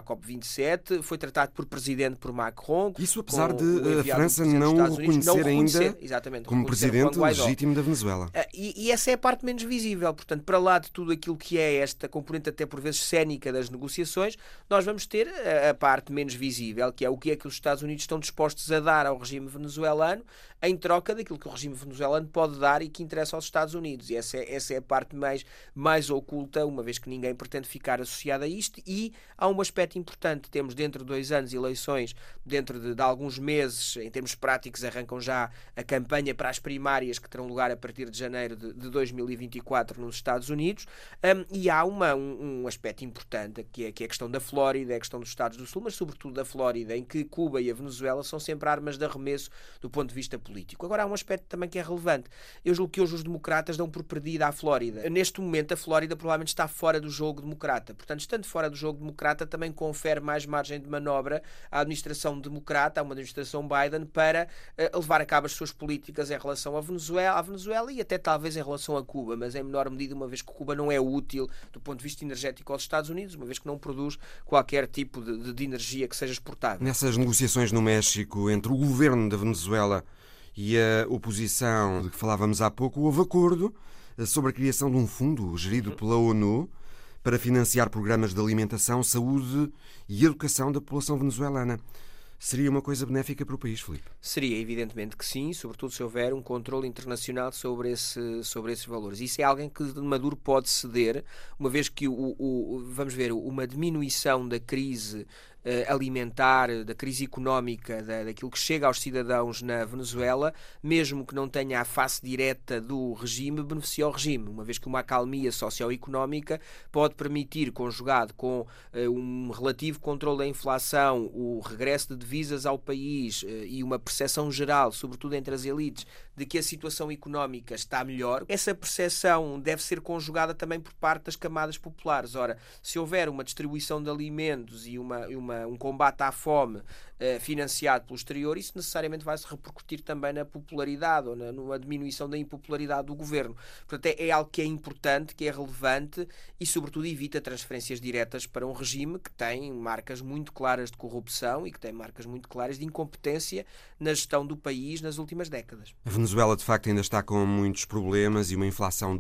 COP27, foi tratado por presidente por Macron. Isso apesar de a França não o reconhecer ainda como presidente legítimo da Venezuela. E essa é a parte menos visível. Portanto, para lá de tudo aquilo que é esta componente até por vezes cénica das negociações, nós vamos ter a parte menos visível, que é o que é que os Estados Unidos estão dispostos a dar ao regime venezuelano em troca daquilo que o regime venezuelano pode dar e que interessa aos Estados Unidos. E essa é a parte mais oculta, uma vez que ninguém pretende ficar associado a isto. E há um aspecto importante. Temos dentro de 2 anos eleições, dentro de alguns meses, em termos práticos, arrancam já a campanha para as primárias que terão lugar a partir de janeiro de 2024 nos Estados Unidos. E há um aspecto importante, que é a questão da Flórida, a questão dos Estados do Sul, mas sobretudo da Flórida, em que Cuba e a Venezuela são sempre armas de arremesso do ponto de vista político. Agora há um aspecto também que é relevante. Eu julgo que hoje os democratas dão por perdida a Flórida. Neste momento a Flórida provavelmente está fora do jogo democrata. Portanto, estando fora do jogo democrata, também confere mais margem de manobra à administração democrata, à uma administração Biden, para levar a cabo as suas políticas em relação à Venezuela e até talvez em relação a Cuba, mas em menor medida, uma vez que Cuba não é útil do ponto de vista energético aos Estados Unidos, uma vez que não produz qualquer tipo de energia que seja exportável. Nessas negociações no México entre o governo da Venezuela e a oposição de que falávamos há pouco, houve acordo sobre a criação de um fundo gerido pela ONU para financiar programas de alimentação, saúde e educação da população venezuelana. Seria uma coisa benéfica para o país, Filipe? Seria, evidentemente que sim, sobretudo se houver um controle internacional sobre esses valores. Isso é algo que Maduro pode ceder, uma vez que vamos ver, uma diminuição da crise alimentar, da crise económica, daquilo que chega aos cidadãos na Venezuela, mesmo que não tenha a face direta do regime, beneficia o regime, uma vez que uma acalmia socioeconómica pode permitir, conjugado com um relativo controle da inflação, o regresso de divisas ao país e uma percepção geral, sobretudo entre as elites, de que a situação económica está melhor, essa percepção deve ser conjugada também por parte das camadas populares. Ora, se houver uma distribuição de alimentos e um combate à fome financiado pelo exterior, isso necessariamente vai se repercutir também na popularidade ou na diminuição da impopularidade do governo. Portanto, é algo que é importante, que é relevante e, sobretudo, evita transferências diretas para um regime que tem marcas muito claras de corrupção e que tem marcas muito claras de incompetência na gestão do país nas últimas décadas. A Venezuela, de facto, ainda está com muitos problemas e uma inflação de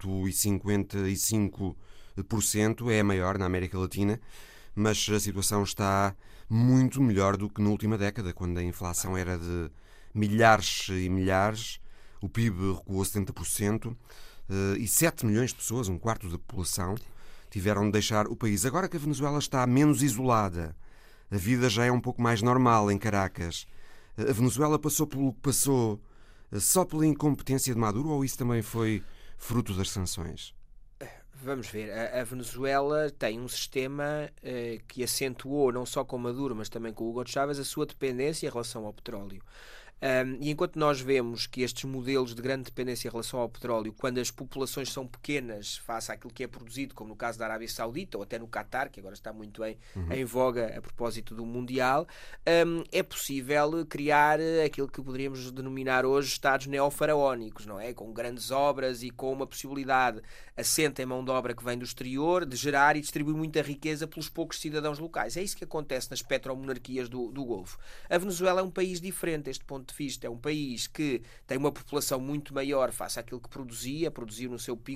155%, é a maior na América Latina, mas a situação está muito melhor do que na última década, quando a inflação era de milhares e milhares, o PIB recuou 70% e 7 milhões de pessoas, um quarto da população, tiveram de deixar o país. Agora que a Venezuela está menos isolada, a vida já é um pouco mais normal em Caracas. A Venezuela passou pelo que passou só pela incompetência de Maduro ou isso também foi fruto das sanções? Vamos ver, a Venezuela tem um sistema que acentuou, não só com Maduro, mas também com Hugo Chávez, a sua dependência em relação ao petróleo. E enquanto nós vemos que estes modelos de grande dependência em relação ao petróleo, quando as populações são pequenas face àquilo que é produzido, como no caso da Arábia Saudita ou até no Qatar, que agora está muito em voga a propósito do Mundial, é possível criar aquilo que poderíamos denominar hoje Estados neofaraónicos, não é? Com grandes obras e com uma possibilidade assente em mão de obra que vem do exterior, de gerar e distribuir muita riqueza pelos poucos cidadãos locais. É isso que acontece nas petromonarquias do Golfo. A Venezuela é um país diferente deste ponto de vista. É um país que tem uma população muito maior face àquilo que produziu no seu pico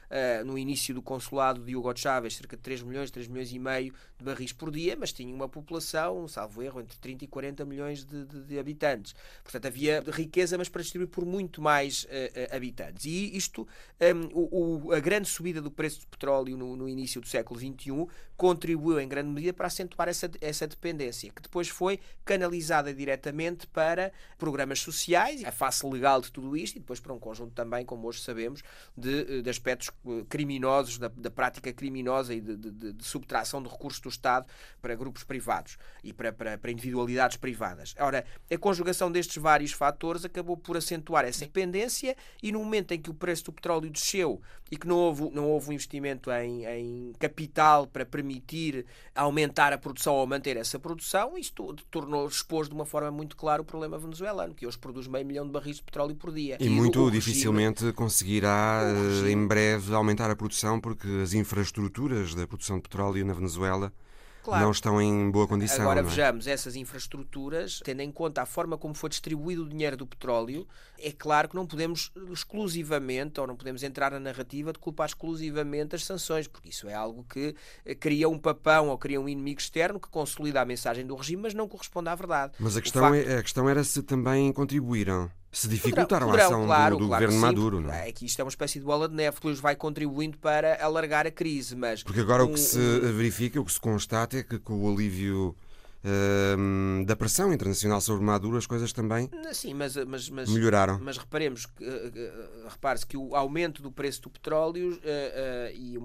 no início do consulado de Hugo Chávez, cerca de 3 milhões e meio de barris por dia, mas tinha uma população, salvo erro, entre 30 e 40 milhões de habitantes. Portanto, havia riqueza, mas para distribuir por muito mais habitantes. E isto, a grande subida do preço do petróleo no início do século XXI contribuiu em grande medida para acentuar essa dependência, que depois foi canalizada diretamente para programas sociais, a face legal de tudo isto, e depois para um conjunto também, como hoje sabemos, de aspectos criminosos, da prática criminosa e de subtração de recursos do Estado para grupos privados e para individualidades privadas. Ora, a conjugação destes vários fatores acabou por acentuar essa dependência, e no momento em que o preço do petróleo desceu e que não houve um investimento em capital para permitir aumentar a produção ou manter essa produção, isto expôs de uma forma muito clara o problema venezuelano, que hoje produz 500 mil de barris de petróleo por dia. E muito dificilmente conseguirá em breve aumentar a produção, porque as infraestruturas da produção de petróleo na Venezuela não estão em boa condição. Agora não é? Vejamos, essas infraestruturas, tendo em conta a forma como foi distribuído o dinheiro do petróleo, é claro que não podemos exclusivamente, ou não podemos entrar na narrativa de culpar exclusivamente as sanções, porque isso é algo que cria um papão ou cria um inimigo externo que consolida a mensagem do regime, mas não corresponde à verdade. Mas a questão era se também contribuíram. Se dificultaram a ação do governo Maduro, não é? É que isto é uma espécie de bola de neve que vai contribuindo para alargar a crise. Mas porque agora o que se verifica, o que se constata é que com o alívio da pressão internacional sobre Maduro, as coisas também melhoraram. Mas repare-se que o aumento do preço do petróleo e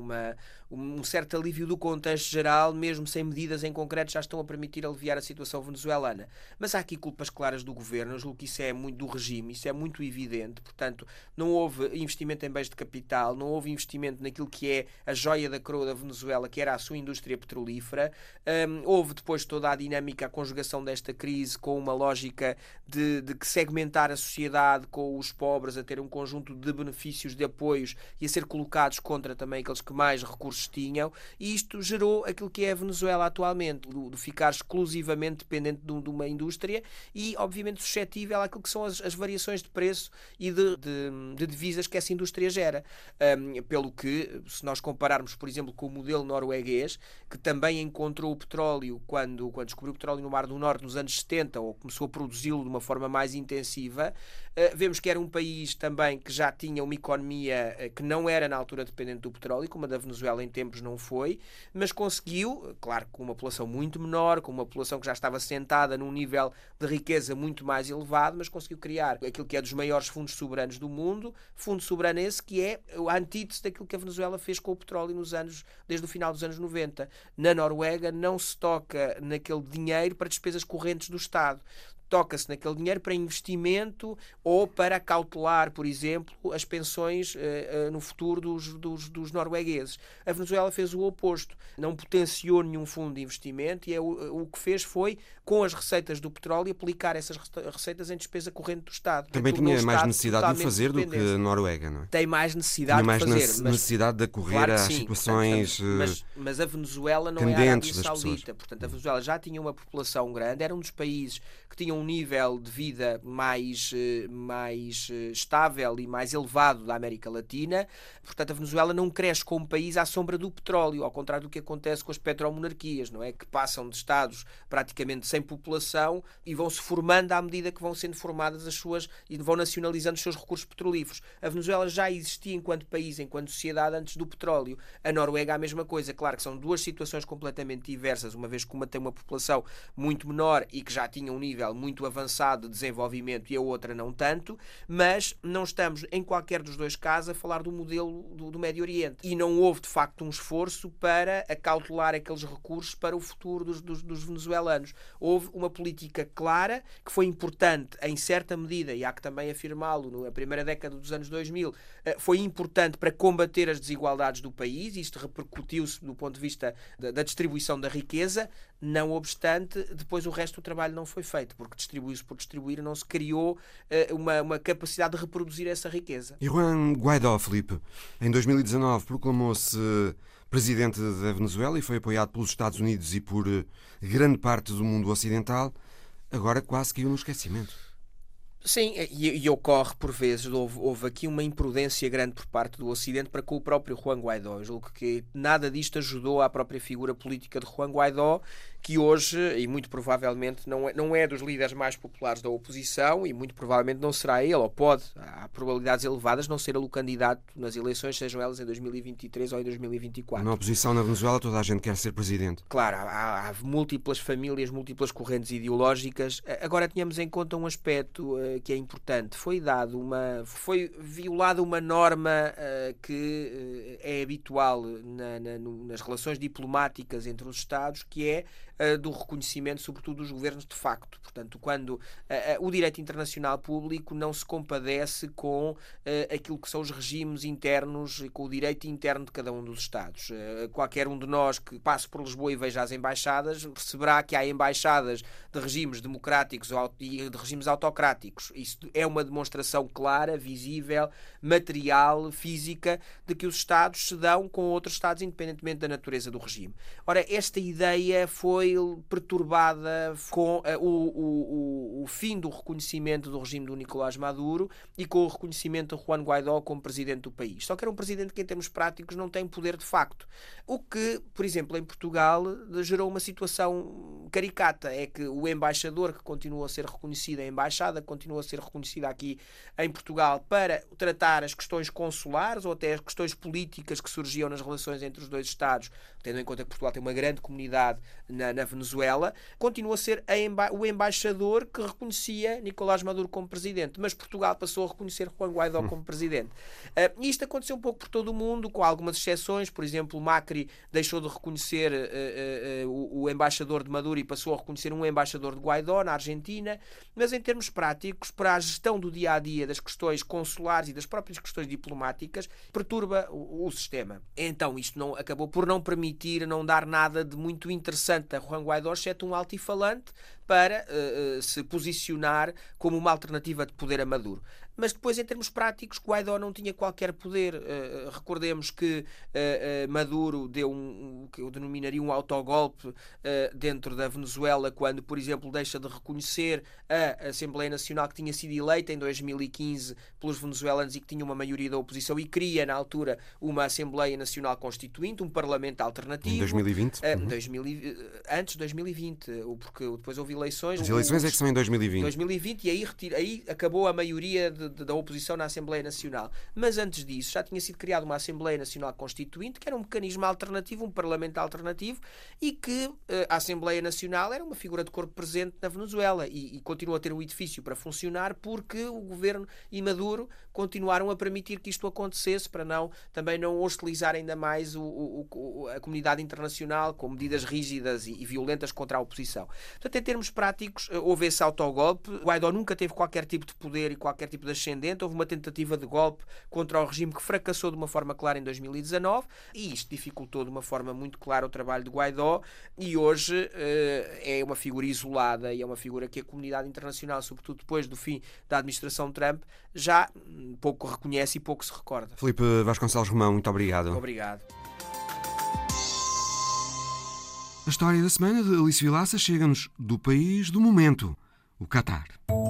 um certo alívio do contexto geral, mesmo sem medidas em concreto, já estão a permitir aliviar a situação venezuelana. Mas há aqui culpas claras do governo, eu julgo que isso é muito do regime, isso é muito evidente. Portanto, não houve investimento em bens de capital, não houve investimento naquilo que é a joia da coroa da Venezuela, que era a sua indústria petrolífera. Houve depois toda a dinâmica, a conjugação desta crise com uma lógica de segmentar a sociedade, com os pobres a ter um conjunto de benefícios, de apoios e a ser colocados contra também aqueles que mais recursos tinham, e isto gerou aquilo que é a Venezuela atualmente, de ficar exclusivamente dependente de uma indústria e, obviamente, suscetível àquilo que são as variações de preço e de divisas que essa indústria gera. Pelo que, se nós compararmos, por exemplo, com o modelo norueguês, que também encontrou o petróleo quando descobriu o petróleo no Mar do Norte nos anos 70, ou começou a produzi-lo de uma forma mais intensiva, vemos que era um país também que já tinha uma economia que não era na altura dependente do petróleo, como a da Venezuela em tempos não foi, mas conseguiu, claro, com uma população muito menor, com uma população que já estava sentada num nível de riqueza muito mais elevado, mas conseguiu criar aquilo que é dos maiores fundos soberanos do mundo, fundo soberano esse que é a antítese daquilo que a Venezuela fez com o petróleo desde o final dos anos 90. Na Noruega não se toca naquele dinheiro para despesas correntes do Estado. Toca-se naquele dinheiro para investimento ou para cautelar, por exemplo, as pensões no futuro dos noruegueses. A Venezuela fez o oposto. Não potenciou nenhum fundo de investimento e o que fez foi, com as receitas do petróleo, aplicar essas receitas em despesa corrente do Estado. Também tinha mais necessidade de o fazer do que a Noruega, não é? Tem mais necessidade de fazer. Necessidade de acorrer às situações mas a Venezuela não é a Arábia Saudita. Portanto, a Venezuela já tinha uma população grande, era um dos países que tinham um nível de vida mais estável e mais elevado da América Latina. Portanto, a Venezuela não cresce como país à sombra do petróleo, ao contrário do que acontece com as petromonarquias, não é? Que passam de estados praticamente sem população e vão se formando à medida que vão sendo formadas e vão nacionalizando os seus recursos petrolíferos. A Venezuela já existia enquanto país, enquanto sociedade, antes do petróleo. A Noruega a mesma coisa. Claro que são duas situações completamente diversas, uma vez que uma tem uma população muito menor e que já tinha um nível muito avançado de desenvolvimento e a outra não tanto, mas não estamos em qualquer dos dois casos a falar do modelo do Médio Oriente. E não houve de facto um esforço para acautelar aqueles recursos para o futuro dos venezuelanos. Houve uma política clara que foi importante em certa medida, e há que também afirmá-lo, na primeira década dos anos 2000, foi importante para combater as desigualdades do país, e isto repercutiu-se do ponto de vista da distribuição da riqueza. Não obstante, depois o resto do trabalho não foi feito, porque distribuiu-se por distribuir, não se criou uma capacidade de reproduzir essa riqueza. E Juan Guaidó, Filipe, em 2019 proclamou-se presidente da Venezuela e foi apoiado pelos Estados Unidos e por grande parte do mundo ocidental. Agora quase caiu no esquecimento. Sim, e ocorre por vezes, houve aqui uma imprudência grande por parte do Ocidente para com o próprio Juan Guaidó. Eu julgo que nada disto ajudou à própria figura política de Juan Guaidó, que hoje, e muito provavelmente, não é dos líderes mais populares da oposição, e muito provavelmente não será ele, ou pode, há probabilidades elevadas, não ser ele o candidato nas eleições, sejam elas em 2023 ou em 2024. Na oposição na Venezuela toda a gente quer ser presidente. Claro, há múltiplas famílias, múltiplas correntes ideológicas. Agora tínhamos em conta um aspecto que é importante. Foi violada uma norma que é habitual nas relações diplomáticas entre os Estados, que é do reconhecimento, sobretudo, dos governos de facto. Portanto, quando o direito internacional público não se compadece com aquilo que são os regimes internos e com o direito interno de cada um dos Estados. Qualquer um de nós que passe por Lisboa e veja as embaixadas perceberá que há embaixadas de regimes democráticos e de regimes autocráticos. Isso é uma demonstração clara, visível, material, física, de que os Estados se dão com outros Estados independentemente da natureza do regime. Ora, esta ideia foi perturbada com o fim do reconhecimento do regime do Nicolás Maduro e com o reconhecimento de Juan Guaidó como presidente do país. Só que era um presidente que, em termos práticos, não tem poder de facto. O que, por exemplo, em Portugal, gerou uma situação caricata. É que o embaixador, que continua a ser reconhecido, a embaixada que continua a ser reconhecida aqui em Portugal para tratar as questões consulares ou até as questões políticas que surgiam nas relações entre os dois Estados, tendo em conta que Portugal tem uma grande comunidade na Venezuela, continua a ser o embaixador que reconhecia Nicolás Maduro como presidente, mas Portugal passou a reconhecer Juan Guaidó como presidente. E isto aconteceu um pouco por todo o mundo, com algumas exceções. Por exemplo, Macri deixou de reconhecer o embaixador de Maduro e passou a reconhecer um embaixador de Guaidó na Argentina, mas em termos práticos, para a gestão do dia-a-dia das questões consulares e das próprias questões diplomáticas, perturba o sistema. Então isto acabou por não permitir, não dar nada de muito interessante a Juan Guaidó, exceto um altifalante para se posicionar como uma alternativa de poder a Maduro. Mas depois, em termos práticos, Guaidó não tinha qualquer poder. Recordemos que Maduro deu o que eu denominaria um autogolpe dentro da Venezuela, quando, por exemplo, deixa de reconhecer a Assembleia Nacional, que tinha sido eleita em 2015 pelos venezuelanos e que tinha uma maioria da oposição, e cria, na altura, uma Assembleia Nacional Constituinte, um parlamento alternativo. Em 2020? Antes de 2020, porque depois houve eleições. As eleições é que são em 2020. 2020, e aí acabou a maioria da oposição na Assembleia Nacional. Mas antes disso já tinha sido criada uma Assembleia Nacional Constituinte, que era um mecanismo alternativo, um parlamento alternativo, e que a Assembleia Nacional era uma figura de corpo presente na Venezuela e continua a ter o edifício para funcionar porque o governo e Maduro continuaram a permitir que isto acontecesse, para também não hostilizar ainda mais a comunidade internacional com medidas rígidas e violentas contra a oposição. Portanto, em termos práticos, houve esse autogolpe. Guaidó nunca teve qualquer tipo de poder e qualquer tipo de ascendente. Houve uma tentativa de golpe contra o regime que fracassou de uma forma clara em 2019 e isto dificultou de uma forma muito clara o trabalho de Guaidó, e hoje é uma figura isolada e é uma figura que a comunidade internacional, sobretudo depois do fim da administração Trump, já pouco reconhece e pouco se recorda. Filipe Vasconcelos Romão, muito obrigado. Obrigado. A história da semana de Alice Vilaça chega-nos do país do momento, o Qatar.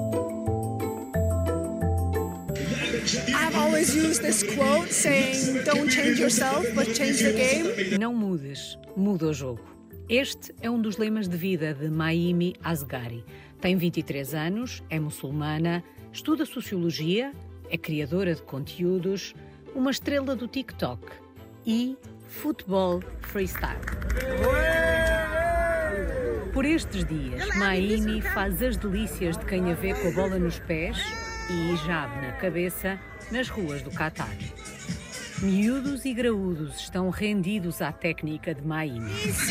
I've always used this quote saying, "Don't change yourself, but change the game." Não mudes, muda o jogo. Este é um dos lemas de vida de Maimi Asghari. Tem 23 anos, é muçulmana, estuda sociologia, é criadora de conteúdos, uma estrela do TikTok e futebol freestyle. Por estes dias, Maimi faz as delícias de quem a vê com a bola nos pés e hijab na cabeça nas ruas do Qatar. Miúdos e graúdos estão rendidos à técnica de Maimi.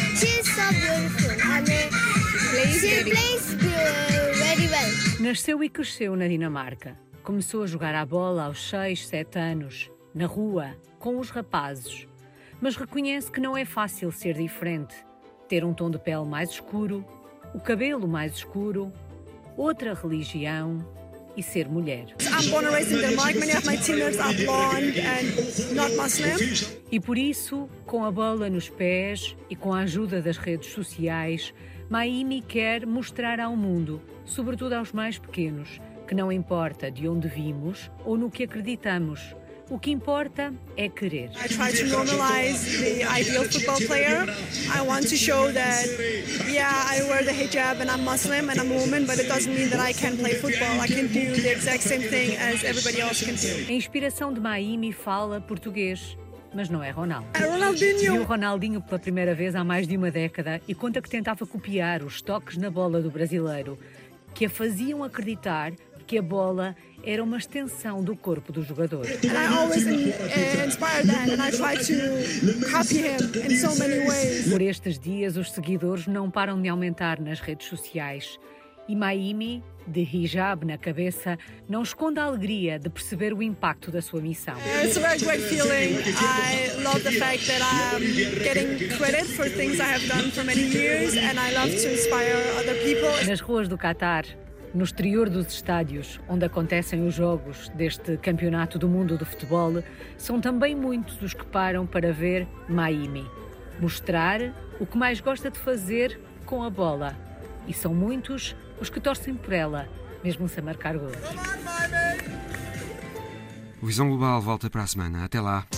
Nasceu e cresceu na Dinamarca. Começou a jogar à bola aos 6, 7 anos, na rua, com os rapazes. Mas reconhece que não é fácil ser diferente. Ter um tom de pele mais escuro, o cabelo mais escuro, outra religião e ser mulher. I'm born and raised in Denmark. Many of my teammates are blonde and not Muslim. E por isso, com a bola nos pés e com a ajuda das redes sociais, Maimi quer mostrar ao mundo, sobretudo aos mais pequenos, que não importa de onde vimos ou no que acreditamos, o que importa é querer. I try to normalize the ideal football player. I want to show that, yeah, I wear the hijab and I'm Muslim and I'm a woman, but it doesn't mean that I can play football. I can do the exact same thing as everybody else can do. A inspiração de Maimi fala português, mas não é Ronaldo. Ronaldinho! Viu Ronaldinho pela primeira vez há mais de uma década e conta que tentava copiar os toques na bola do brasileiro, que a faziam acreditar que a bola era uma extensão do corpo do jogador. And I always inspire that and I try to copy him in so many ways. Por estes dias, os seguidores não param de aumentar nas redes sociais. E Maimi, de hijab na cabeça, não esconde a alegria de perceber o impacto da sua missão. It's a very great feeling. I love the fact that I'm getting credit for things I have done for many years and I love to inspire other people. Nas ruas do Catar, no exterior dos estádios, onde acontecem os jogos deste Campeonato do Mundo de Futebol, são também muitos os que param para ver Maimi mostrar o que mais gosta de fazer com a bola. E são muitos os que torcem por ela, mesmo sem marcar golos. O Visão Global volta para a semana. Até lá.